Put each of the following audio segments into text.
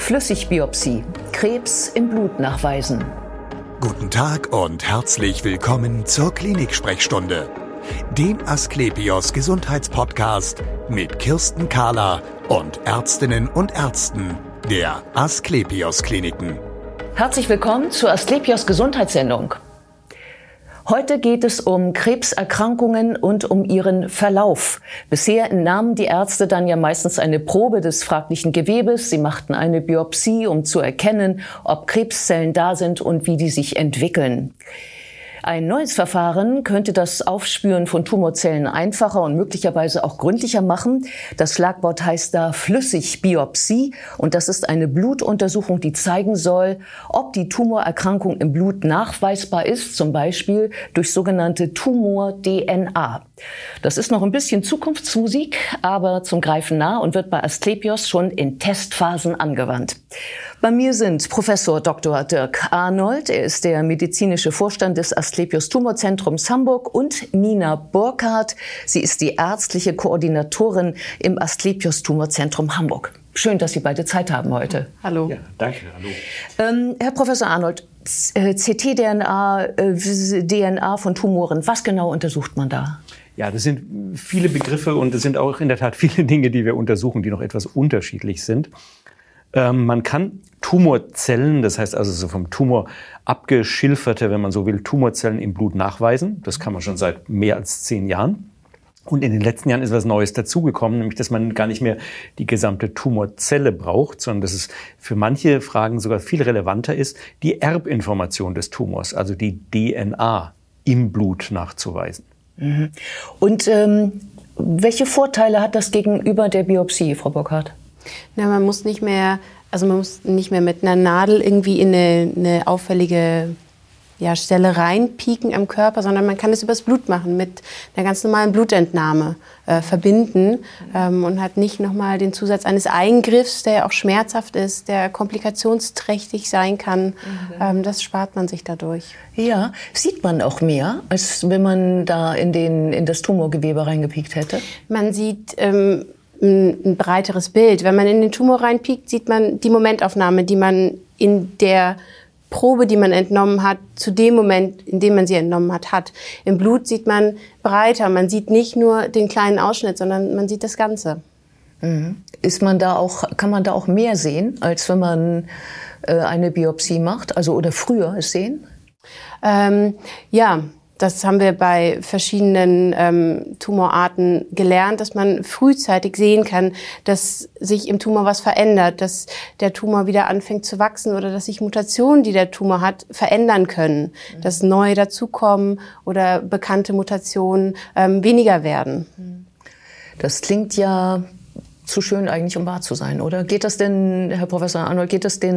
Flüssigbiopsie. Krebs im Blut nachweisen. Guten Tag und herzlich willkommen zur Klinik-Sprechstunde, dem Asklepios Gesundheitspodcast mit Kirsten Kahler und Ärztinnen und Ärzten der Asklepios Kliniken. Herzlich willkommen zur Asklepios Gesundheitssendung. Heute geht es um Krebserkrankungen und um ihren Verlauf. Bisher entnahmen die Ärzte dann ja meistens eine Probe des fraglichen Gewebes. Sie machten eine Biopsie, um zu erkennen, ob Krebszellen da sind und wie die sich entwickeln. Ein neues Verfahren könnte das Aufspüren von Tumorzellen einfacher und möglicherweise auch gründlicher machen. Das Schlagwort heißt da Flüssigbiopsie und das ist eine Blutuntersuchung, die zeigen soll, ob die Tumorerkrankung im Blut nachweisbar ist, zum Beispiel durch sogenannte Tumor-DNA. Das ist noch ein bisschen Zukunftsmusik, aber zum Greifen nah und wird bei Asklepios schon in Testphasen angewandt. Bei mir sind Professor Dr. Dirk Arnold, er ist der medizinische Vorstand des Asklepios Tumorzentrums Hamburg, und Nina Burkhardt, sie ist die ärztliche Koordinatorin im Asklepios Tumorzentrum Hamburg. Schön, dass Sie beide Zeit haben heute. Hallo. Ja, danke, hallo. Herr Professor Arnold, ctDNA, DNA von Tumoren, was genau untersucht man da? Ja, das sind viele Begriffe und es sind auch in der Tat viele Dinge, die wir untersuchen, die noch etwas unterschiedlich sind. Man kann Tumorzellen, das heißt also so vom Tumor abgeschilferte, wenn man so will, Tumorzellen im Blut nachweisen. Das kann man schon seit mehr als 10 Jahren. Und in den letzten Jahren ist was Neues dazugekommen, nämlich dass man gar nicht mehr die gesamte Tumorzelle braucht, sondern dass es für manche Fragen sogar viel relevanter ist, die Erbinformation des Tumors, also die DNA im Blut nachzuweisen. Mhm. Und welche Vorteile hat das gegenüber der Biopsie, Frau Burkhardt? Na, man muss nicht mehr mit einer Nadel irgendwie in eine auffällige Stelle reinpieken am Körper, sondern man kann es übers Blut machen, mit einer ganz normalen Blutentnahme verbinden und hat nicht nochmal den Zusatz eines Eingriffs, der auch schmerzhaft ist, der komplikationsträchtig sein kann. Das spart man sich dadurch. Ja, sieht man auch mehr, als wenn man da in das Tumorgewebe reingepiekt hätte? Man sieht ein breiteres Bild. Wenn man in den Tumor reinpiekt, sieht man die Momentaufnahme, die man in der Probe, die man entnommen hat, zu dem Moment, in dem man sie entnommen hat. Im Blut sieht man breiter. Man sieht nicht nur den kleinen Ausschnitt, sondern man sieht das Ganze. Mhm. Kann man da auch mehr sehen, als wenn man eine Biopsie macht? Also oder früher es sehen? Ja. Das haben wir bei verschiedenen Tumorarten gelernt, dass man frühzeitig sehen kann, dass sich im Tumor was verändert, dass der Tumor wieder anfängt zu wachsen oder dass sich Mutationen, die der Tumor hat, verändern können, dass neue dazukommen oder bekannte Mutationen weniger werden. Das klingt ja zu schön eigentlich, um wahr zu sein, oder? Geht das denn, Herr Professor Arnold,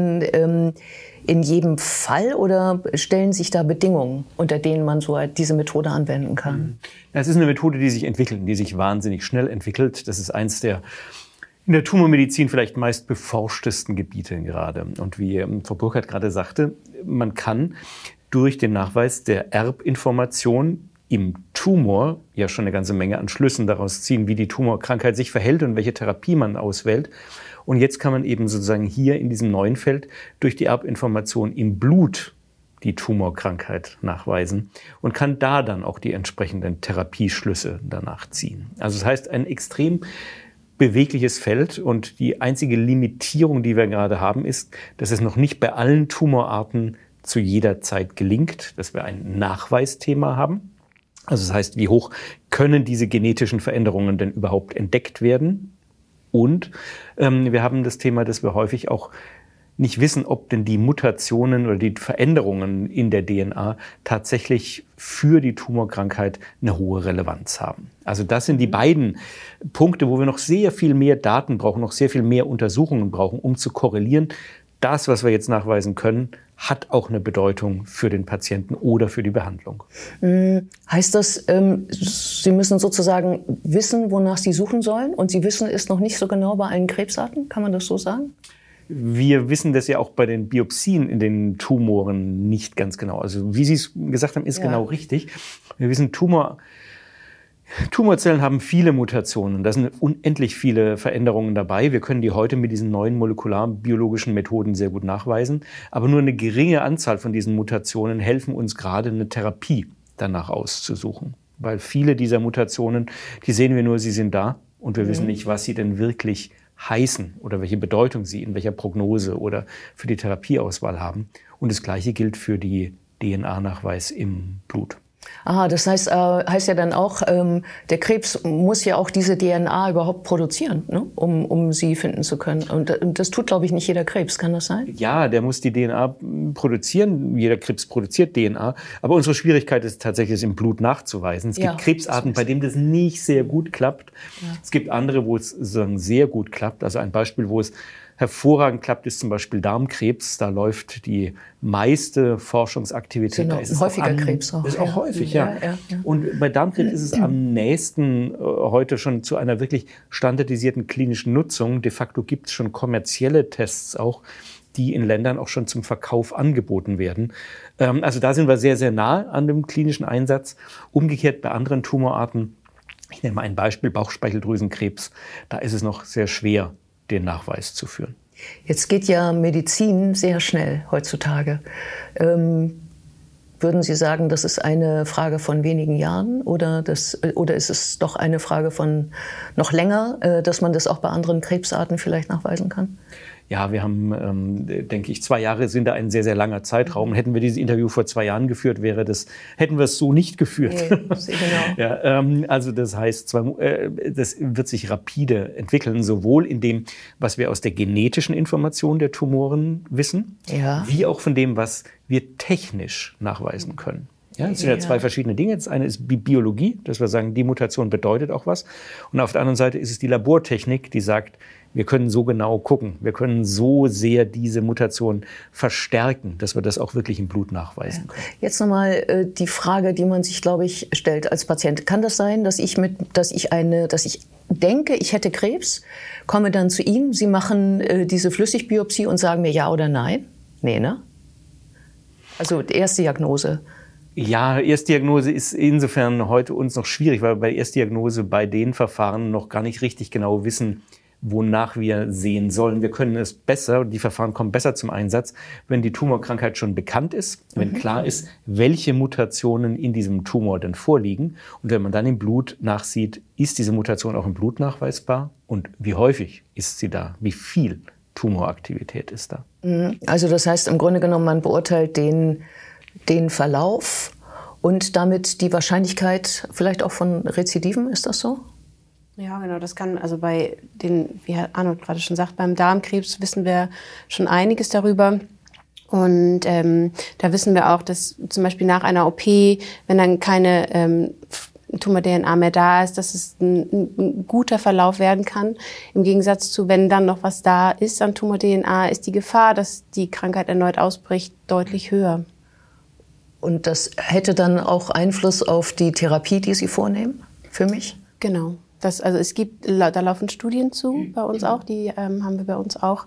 in jedem Fall oder stellen sich da Bedingungen, unter denen man so diese Methode anwenden kann? Es ist eine Methode, die sich entwickelt, die sich wahnsinnig schnell entwickelt. Das ist eins der in der Tumormedizin vielleicht meist beforschtesten Gebiete gerade. Und wie Frau Burkhardt gerade sagte, man kann durch den Nachweis der Erbinformation im Tumor ja schon eine ganze Menge an Schlüssen daraus ziehen, wie die Tumorkrankheit sich verhält und welche Therapie man auswählt. Und jetzt kann man eben sozusagen hier in diesem neuen Feld durch die Erbinformation im Blut die Tumorkrankheit nachweisen und kann da dann auch die entsprechenden Therapieschlüsse danach ziehen. Also das heißt, ein extrem bewegliches Feld, und die einzige Limitierung, die wir gerade haben, ist, dass es noch nicht bei allen Tumorarten zu jeder Zeit gelingt, dass wir ein Nachweisthema haben. Also das heißt, wie hoch können diese genetischen Veränderungen denn überhaupt entdeckt werden? Und wir haben das Thema, dass wir häufig auch nicht wissen, ob denn die Mutationen oder die Veränderungen in der DNA tatsächlich für die Tumorkrankheit eine hohe Relevanz haben. Also das sind die beiden Punkte, wo wir noch sehr viel mehr Daten brauchen, noch sehr viel mehr Untersuchungen brauchen, um zu korrelieren. Das, was wir jetzt nachweisen können, hat auch eine Bedeutung für den Patienten oder für die Behandlung. Heißt das, Sie müssen sozusagen wissen, wonach Sie suchen sollen, und Sie wissen es noch nicht so genau bei allen Krebsarten? Kann man das so sagen? Wir wissen das ja auch bei den Biopsien in den Tumoren nicht ganz genau. Also wie Sie es gesagt haben, ist genau richtig. Wir wissen, Tumor Tumorzellen haben viele Mutationen. Da sind unendlich viele Veränderungen dabei. Wir können die heute mit diesen neuen molekularbiologischen Methoden sehr gut nachweisen. Aber nur eine geringe Anzahl von diesen Mutationen helfen uns gerade, eine Therapie danach auszusuchen. Weil viele dieser Mutationen, die sehen wir nur, sie sind da und wir wissen nicht, was sie denn wirklich heißen oder welche Bedeutung sie in welcher Prognose oder für die Therapieauswahl haben. Und das Gleiche gilt für die DNA-Nachweis im Blut. Ah, das heißt ja dann auch, der Krebs muss ja auch diese DNA überhaupt produzieren, ne? um sie finden zu können. Und das tut, glaube ich, nicht jeder Krebs. Kann das sein? Ja, der muss die DNA produzieren. Jeder Krebs produziert DNA. Aber unsere Schwierigkeit ist tatsächlich, es im Blut nachzuweisen. Es gibt Krebsarten, bei denen das nicht sehr gut klappt. Ja. Es gibt andere, wo es sozusagen sehr gut klappt. Also ein Beispiel, wo es hervorragend klappt, ist zum Beispiel Darmkrebs. Da läuft die meiste Forschungsaktivität. Genau, ein häufiger Krebs auch. Ist auch häufig, ja. Und bei Darmkrebs ist es am nächsten heute schon zu einer wirklich standardisierten klinischen Nutzung. De facto gibt es schon kommerzielle Tests auch, die in Ländern auch schon zum Verkauf angeboten werden. Also da sind wir sehr, sehr nah an dem klinischen Einsatz. Umgekehrt bei anderen Tumorarten, ich nenne mal ein Beispiel, Bauchspeicheldrüsenkrebs, da ist es noch sehr schwer, den Nachweis zu führen. Jetzt geht ja Medizin sehr schnell heutzutage. Würden Sie sagen, das ist eine Frage von wenigen Jahren oder ist es doch eine Frage von noch länger, dass man das auch bei anderen Krebsarten vielleicht nachweisen kann? Ja, wir haben, denke ich, 2 Jahre sind da ein sehr, sehr langer Zeitraum. Hätten wir dieses Interview vor 2 Jahren geführt, hätten wir es so nicht geführt. Nee, genau. Ja, also das heißt, das wird sich rapide entwickeln, sowohl in dem, was wir aus der genetischen Information der Tumoren wissen, wie auch von dem, was wir technisch nachweisen können. Ja, es sind ja 2 verschiedene Dinge. Das eine ist Biologie, dass wir sagen, die Mutation bedeutet auch was. Und auf der anderen Seite ist es die Labortechnik, die sagt, wir können so genau gucken, wir können so sehr diese Mutation verstärken, dass wir das auch wirklich im Blut nachweisen können. Jetzt nochmal die Frage, die man sich, glaube ich, stellt als Patient. Kann das sein, dass ich denke, ich hätte Krebs, komme dann zu Ihnen, Sie machen diese Flüssigbiopsie und sagen mir ja oder nein? Nee, ne? Also Erstdiagnose. Ja, Erstdiagnose ist insofern heute uns noch schwierig, weil wir bei Erstdiagnose bei den Verfahren noch gar nicht richtig genau wissen, wonach wir sehen sollen. Wir können es besser, die Verfahren kommen besser zum Einsatz, wenn die Tumorkrankheit schon bekannt ist, wenn klar ist, welche Mutationen in diesem Tumor denn vorliegen. Und wenn man dann im Blut nachsieht, ist diese Mutation auch im Blut nachweisbar und wie häufig ist sie da, wie viel Tumoraktivität ist da. Also das heißt im Grunde genommen, man beurteilt den Verlauf und damit die Wahrscheinlichkeit vielleicht auch von Rezidiven, ist das so? Ja, genau, das kann, also bei den, wie Herr Arnold gerade schon sagt, beim Darmkrebs wissen wir schon einiges darüber. Und da wissen wir auch, dass zum Beispiel nach einer OP, wenn dann keine Tumor-DNA mehr da ist, dass es ein guter Verlauf werden kann. Im Gegensatz zu, wenn dann noch was da ist an Tumor-DNA, ist die Gefahr, dass die Krankheit erneut ausbricht, deutlich höher. Und das hätte dann auch Einfluss auf die Therapie, die Sie vornehmen, für mich? Genau. Also es gibt, da laufen Studien zu bei uns auch, die haben wir bei uns auch.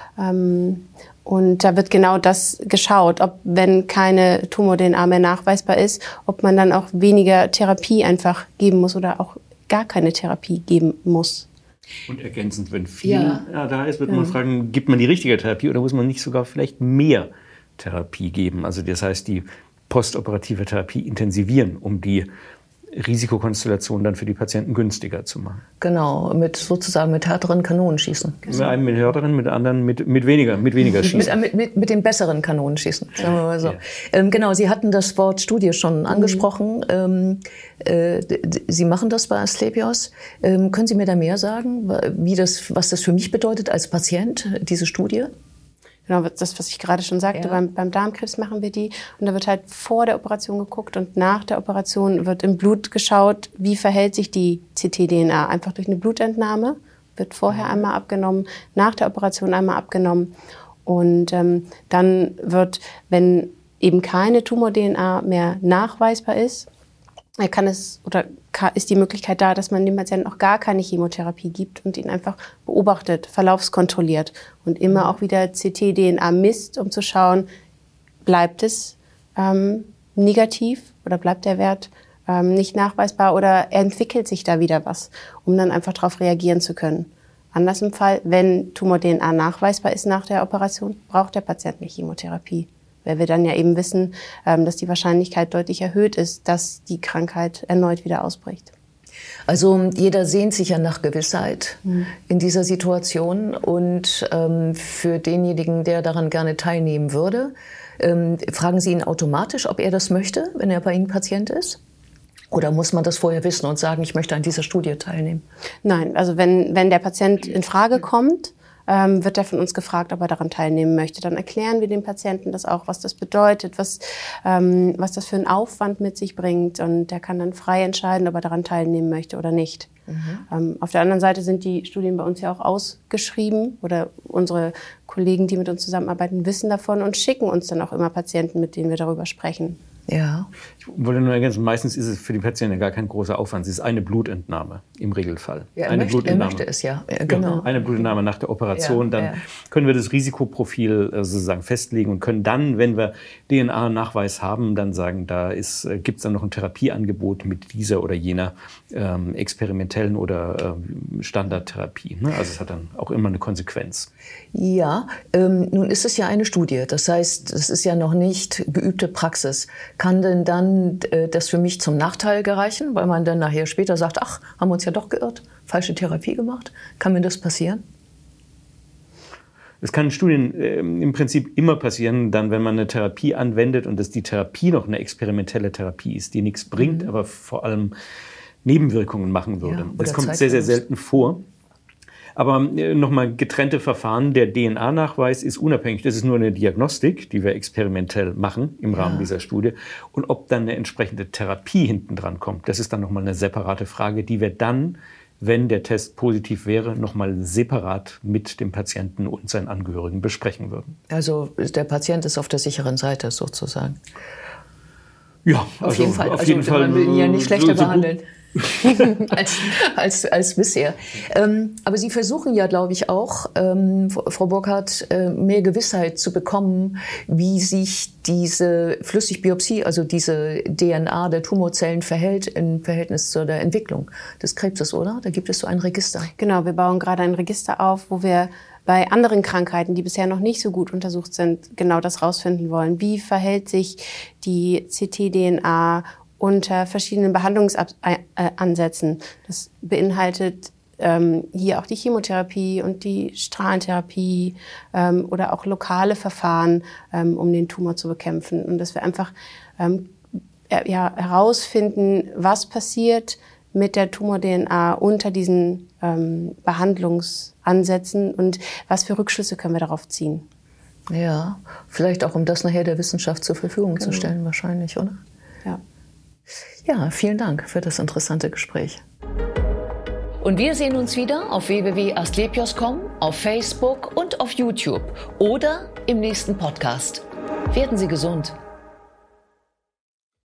Und da wird genau das geschaut, ob, wenn keine Tumor-DNA mehr nachweisbar ist, ob man dann auch weniger Therapie einfach geben muss oder auch gar keine Therapie geben muss. Und ergänzend, wenn viel da ist, wird man fragen, gibt man die richtige Therapie oder muss man nicht sogar vielleicht mehr Therapie geben? Also das heißt, die postoperative Therapie intensivieren, um die Risikokonstellation dann für die Patienten günstiger zu machen. Genau, mit härteren Kanonenschießen. Mit einem mit härteren, mit anderen mit weniger Schießen. mit dem besseren Kanonenschießen, sagen wir mal so. Ja. Genau, Sie hatten das Wort Studie schon angesprochen. Sie machen das bei Asklepios. Können Sie mir da mehr sagen, was das für mich bedeutet als Patient, diese Studie? Genau, das, was ich gerade schon sagte, beim Darmkrebs machen wir die. Und da wird halt vor der Operation geguckt und nach der Operation wird im Blut geschaut, wie verhält sich die ctDNA. Einfach durch eine Blutentnahme, wird vorher einmal abgenommen, nach der Operation einmal abgenommen. Und dann wird, wenn eben keine Tumor-DNA mehr nachweisbar ist, ist die Möglichkeit da, dass man dem Patienten auch gar keine Chemotherapie gibt und ihn einfach beobachtet, verlaufskontrolliert und immer auch wieder ctDNA misst, um zu schauen, bleibt es negativ oder bleibt der Wert nicht nachweisbar oder entwickelt sich da wieder was, um dann einfach darauf reagieren zu können. Anders im Fall, wenn Tumor-DNA nachweisbar ist nach der Operation, braucht der Patient nicht Chemotherapie. Weil wir dann ja eben wissen, dass die Wahrscheinlichkeit deutlich erhöht ist, dass die Krankheit erneut wieder ausbricht. Also jeder sehnt sich ja nach Gewissheit in dieser Situation. Und für denjenigen, der daran gerne teilnehmen würde, fragen Sie ihn automatisch, ob er das möchte, wenn er bei Ihnen Patient ist? Oder muss man das vorher wissen und sagen, ich möchte an dieser Studie teilnehmen? Nein, also wenn der Patient in Frage kommt, wird er von uns gefragt, ob er daran teilnehmen möchte. Dann erklären wir dem Patienten das auch, was das bedeutet, was das für einen Aufwand mit sich bringt. Und der kann dann frei entscheiden, ob er daran teilnehmen möchte oder nicht. Auf der anderen Seite sind die Studien bei uns ja auch ausgeschrieben oder unsere Kollegen, die mit uns zusammenarbeiten, wissen davon und schicken uns dann auch immer Patienten, mit denen wir darüber sprechen. Ja. Ich wollte nur ergänzen, meistens ist es für die Patienten gar kein großer Aufwand. Es ist eine Blutentnahme im Regelfall. Ja, er möchte es, ja. Genau. Eine Blutentnahme nach der Operation. Ja, dann können wir das Risikoprofil sozusagen festlegen und können dann, wenn wir DNA-Nachweis haben, dann sagen, da gibt es dann noch ein Therapieangebot mit dieser oder jener experimentellen oder Standardtherapie. Ne? Also es hat dann auch immer eine Konsequenz. Ja, nun ist es ja eine Studie. Das heißt, es ist ja noch nicht geübte Praxis. Kann denn dann das für mich zum Nachteil gereichen, weil man dann nachher später sagt, ach, haben wir uns ja doch geirrt, falsche Therapie gemacht? Kann mir das passieren? Es kann in Studien im Prinzip immer passieren, dann, wenn man eine Therapie anwendet und dass die Therapie noch eine experimentelle Therapie ist, die nichts bringt, aber vor allem Nebenwirkungen machen würde. Ja, das kommt sehr, sehr selten vor. Aber nochmal getrennte Verfahren. Der DNA-Nachweis ist unabhängig. Das ist nur eine Diagnostik, die wir experimentell machen im Rahmen dieser Studie. Und ob dann eine entsprechende Therapie hinten dran kommt, das ist dann nochmal eine separate Frage, die wir dann, wenn der Test positiv wäre, nochmal separat mit dem Patienten und seinen Angehörigen besprechen würden. Also der Patient ist auf der sicheren Seite sozusagen. Ja, auf jeden Fall. Man will ihn ja nicht schlechter behandeln. als bisher. Aber Sie versuchen ja, glaube ich, auch, Frau Burkhardt, mehr Gewissheit zu bekommen, wie sich diese Flüssigbiopsie, also diese DNA der Tumorzellen verhält im Verhältnis zu der Entwicklung des Krebses, oder? Da gibt es so ein Register. Genau, wir bauen gerade ein Register auf, wo wir bei anderen Krankheiten, die bisher noch nicht so gut untersucht sind, genau das rausfinden wollen. Wie verhält sich die ctDNA unter verschiedenen Behandlungsansätzen? Das beinhaltet hier auch die Chemotherapie und die Strahlentherapie oder auch lokale Verfahren, um den Tumor zu bekämpfen. Und dass wir einfach herausfinden, was passiert mit der Tumor-DNA unter diesen Behandlungsansätzen und was für Rückschlüsse können wir darauf ziehen. Ja, vielleicht auch, um das nachher der Wissenschaft zur Verfügung zu stellen, wahrscheinlich, oder? Ja. Ja, vielen Dank für das interessante Gespräch. Und wir sehen uns wieder auf www.asklepios.com, auf Facebook und auf YouTube oder im nächsten Podcast. Werden Sie gesund!